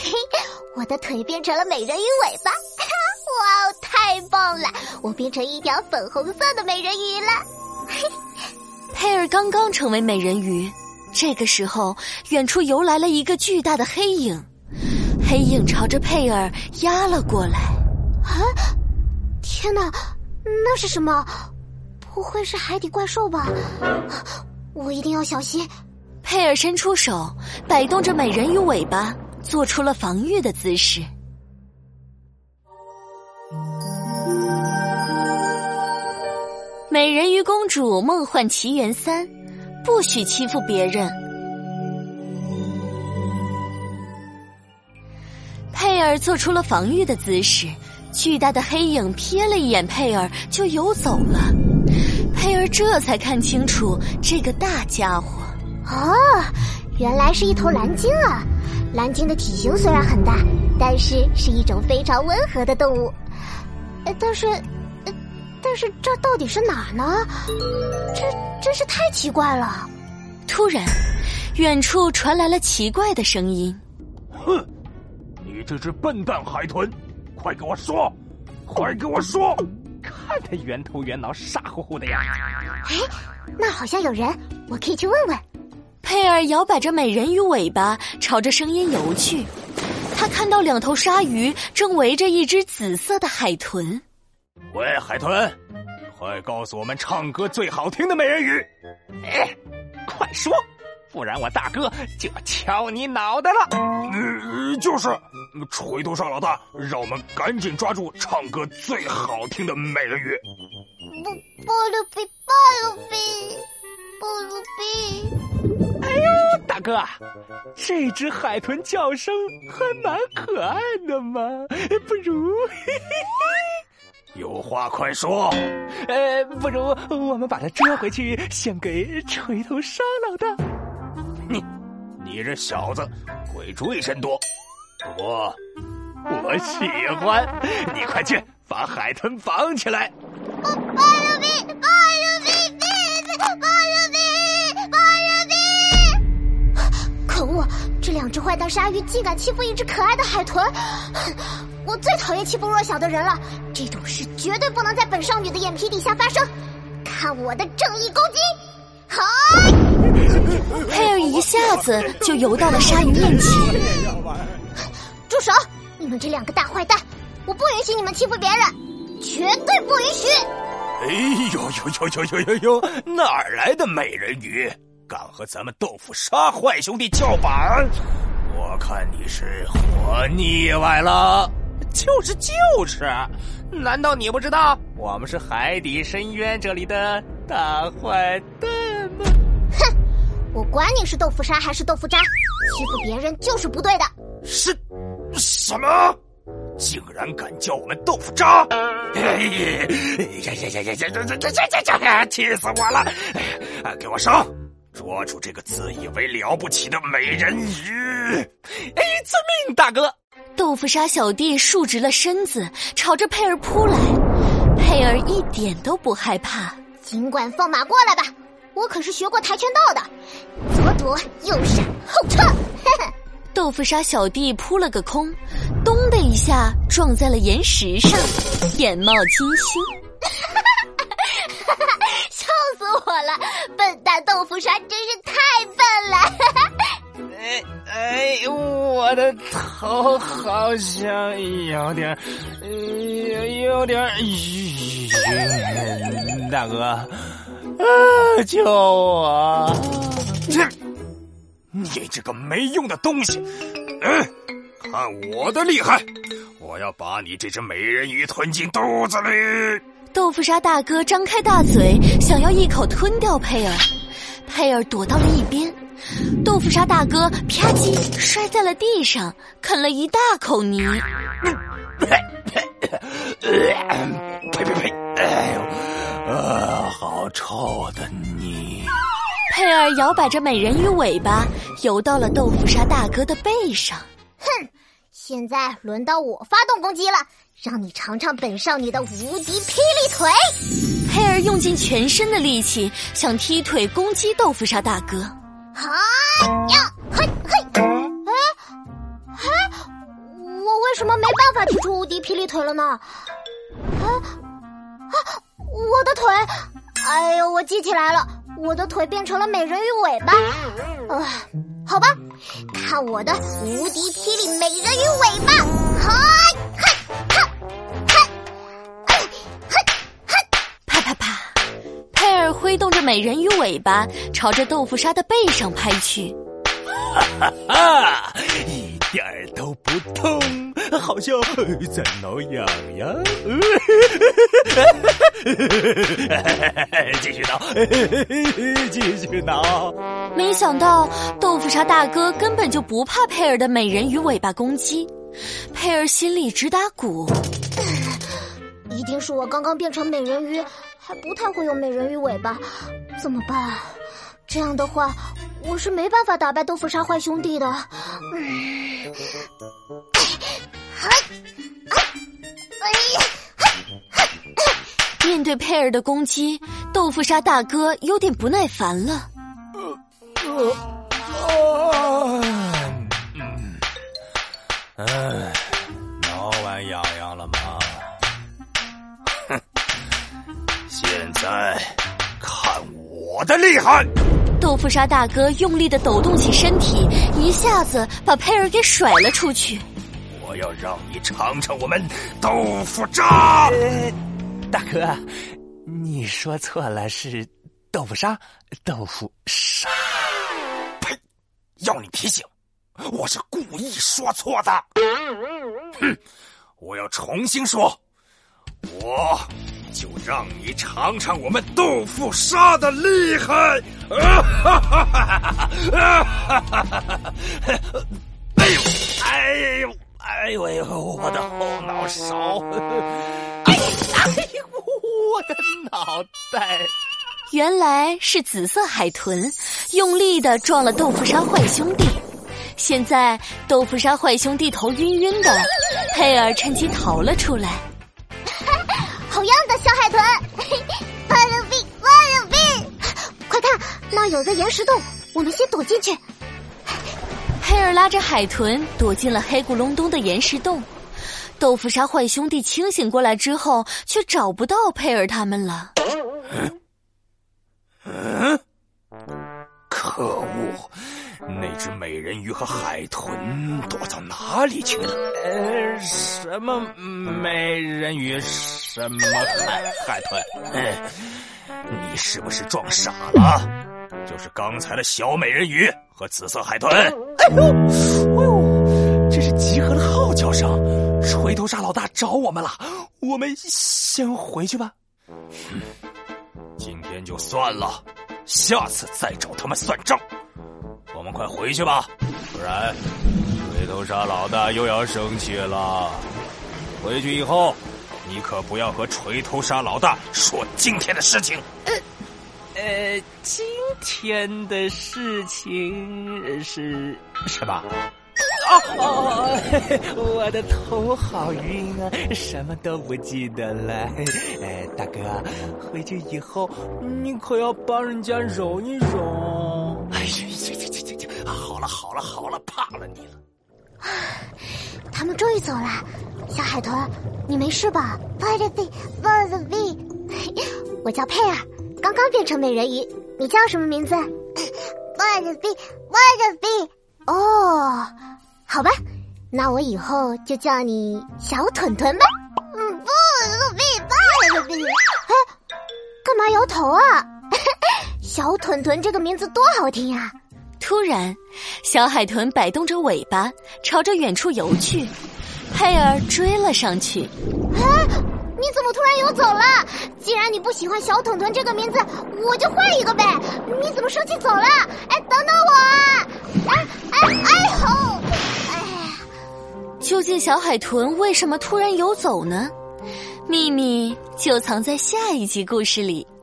我的腿变成了美人鱼尾巴，哇哦，太棒了！我变成一条粉红色的美人鱼了。 佩尔刚刚成为美人鱼，这个时候远处游来了一个巨大的黑影，黑影朝着佩尔压了过来。 啊！天哪，那是什么？不会是海底怪兽吧？我一定要小心。 佩尔伸出手，摆动着美人鱼尾巴，做出了防御的姿势。美人鱼公主梦幻奇缘3，不许欺负别人。佩尔做出了防御的姿势，巨大的黑影瞥了一眼佩尔就游走了。佩尔这才看清楚这个大家伙。 哦，原来是一头蓝鲸啊！蓝鲸的体型虽然很大，但是是一种非常温和的动物。但是这到底是哪儿呢？这真是太奇怪了。 突然，远处传来了奇怪的声音。 哼，你这只笨蛋海豚，快给我说，快给我说！看他圆头圆脑傻乎乎的呀。 哎，那好像有人，我可以去问问。 佩尔摇摆着美人鱼尾巴朝着声音游去，他看到2头鲨鱼正围着一只紫色的海豚。 喂，海豚，快告诉我们唱歌最好听的美人鱼！哎，快说，不然我大哥就要敲你脑袋了。就是锤头鲨老大，让我们赶紧抓住唱歌最好听的美人鱼。 波鲁比，波鲁比，波鲁比。 哎呦，大哥，这只海豚叫声还蛮可爱的嘛，不如有话快说。不如我们把它捉回去，献给锤头鲨老大。你这小子鬼主意真多，不过我喜欢。你快去把海豚绑起来。 波鲁比，波鲁比，波鲁比，波鲁比！可恶，这2只坏蛋鲨鱼竟敢欺负一只可爱的海豚！我最讨厌欺负弱小的人了，这种事绝对不能在本少女的眼皮底下发生。看我的正义攻击！好！ 佩尔一下子就游到了鲨鱼面前。 住手！你们这2个大坏蛋，我不允许你们欺负别人，绝对不允许！ 哎呦，哪儿来的美人鱼？敢和咱们豆腐鲨坏兄弟叫板？我看你是活腻歪了。就是，难道你不知道我们是海底深渊这里的大坏蛋吗？ 哼，我管你是豆腐鲨还是豆腐渣，欺负别人就是不对的。 是什么？竟然敢叫我们豆腐渣！气死我了！给我上！捉住这个自以为了不起的美人鱼！遵命，大哥！ 豆腐鲨小弟竖直了身子，朝着佩尔扑来。佩尔一点都不害怕。 尽管放马过来吧，我可是学过跆拳道的，左躲右闪后撤。 豆腐鲨小弟扑了个空，咚的一下撞在了岩石上，眼冒金星。 笑死我了，笨蛋豆腐鲨真是太笨了。 我的头好像有点晕，大哥，救我！你这个没用的东西，看我的厉害！我要把你这只美人鱼吞进肚子里。 豆腐鲨大哥张开大嘴，想要一口吞掉佩尔。佩尔躲到了一边，豆腐鲨大哥啪叽摔在了地上，啃了一大口泥。 呸！好臭的泥！ 佩尔摇摆着美人鱼尾巴，游到了豆腐鲨大哥的背上。 哼，现在轮到我发动攻击了，让你尝尝本少女的无敌霹雳腿！ 佩尔用尽全身的力气，想踢腿攻击豆腐鲨大哥。 呀，嘿！ 么没办法去出无敌霹雳腿了呢？我的腿！哎呦，我记起来了，我的腿变成了美人鱼尾巴。好吧，看我的无敌霹雳美人鱼尾巴！ 啪啪啪，佩尔挥动着美人鱼尾巴，朝着豆腐鲨的背上拍去。 哈哈，一点儿都不痛，好像在挠痒痒。继续挠，继续挠。 没想到豆腐鲨大哥根本就不怕佩尔的美人鱼尾巴攻击，佩尔心里直打鼓。 一定是我刚刚变成美人鱼，还不太会用美人鱼尾巴，怎么办？这样的话，我是没办法打败豆腐鲨坏兄弟的。 面对佩尔的攻击，豆腐鲨大哥有点不耐烦了。 挠完痒痒了吗？哼，现在看我的厉害！ 豆腐鲨大哥用力地抖动起身体，一下子把佩尔给甩了出去。 我要让你尝尝我们豆腐渣！ 大哥，你说错了，是豆腐鲨，豆腐鲨。 呸！要你提醒，我是故意说错的。哼，我要重新说，我就让你尝尝我们豆腐鲨的厉害！哎呦，我的后脑勺！ 我的脑袋！ 原来是紫色海豚用力地撞了豆腐鲨坏兄弟。现在豆腐鲨坏兄弟头晕晕的，佩尔趁机逃了出来。 好样的，小海豚！快乐币！快看，那有个岩石洞，我们先躲进去。 佩尔拉着海豚躲进了黑咕隆咚的岩石洞。豆腐鲨坏兄弟清醒过来之后，却找不到佩尔他们了。 可恶！那只美人鱼和海豚躲到哪里去了？ 什么美人鱼，什么海豚？ 你是不是撞傻了？就是刚才的小美人鱼和紫色海豚。 哎呦，这是集合了号角声，锤头鲨老大找我们了，我们先回去吧。 今天就算了，下次再找他们算账。我们快回去吧，不然锤头鲨老大又要生气了。回去以后，你可不要和锤头鲨老大说今天的事情。 今天的事情是什么？我的头好晕啊，什么都不记得了。大哥，回去以后你可要帮人家揉一揉。 哎呀，好了，怕了你了。 他们终于走了，小海豚，你没事吧？我叫佩尔，刚刚变成美人鱼，你叫什么名字？哦，好吧，那我以后就叫你小豚豚吧。干嘛摇头啊？小豚豚这个名字多好听呀！ 突然，小海豚摆动着尾巴，朝着远处游去。佩尔追了上去。 你怎么突然游走了？既然你不喜欢小豚豚这个名字，我就换一个呗。你怎么生气走了？等等我啊！ 究竟小海豚为什么突然游走呢？秘密就藏在下一集故事里。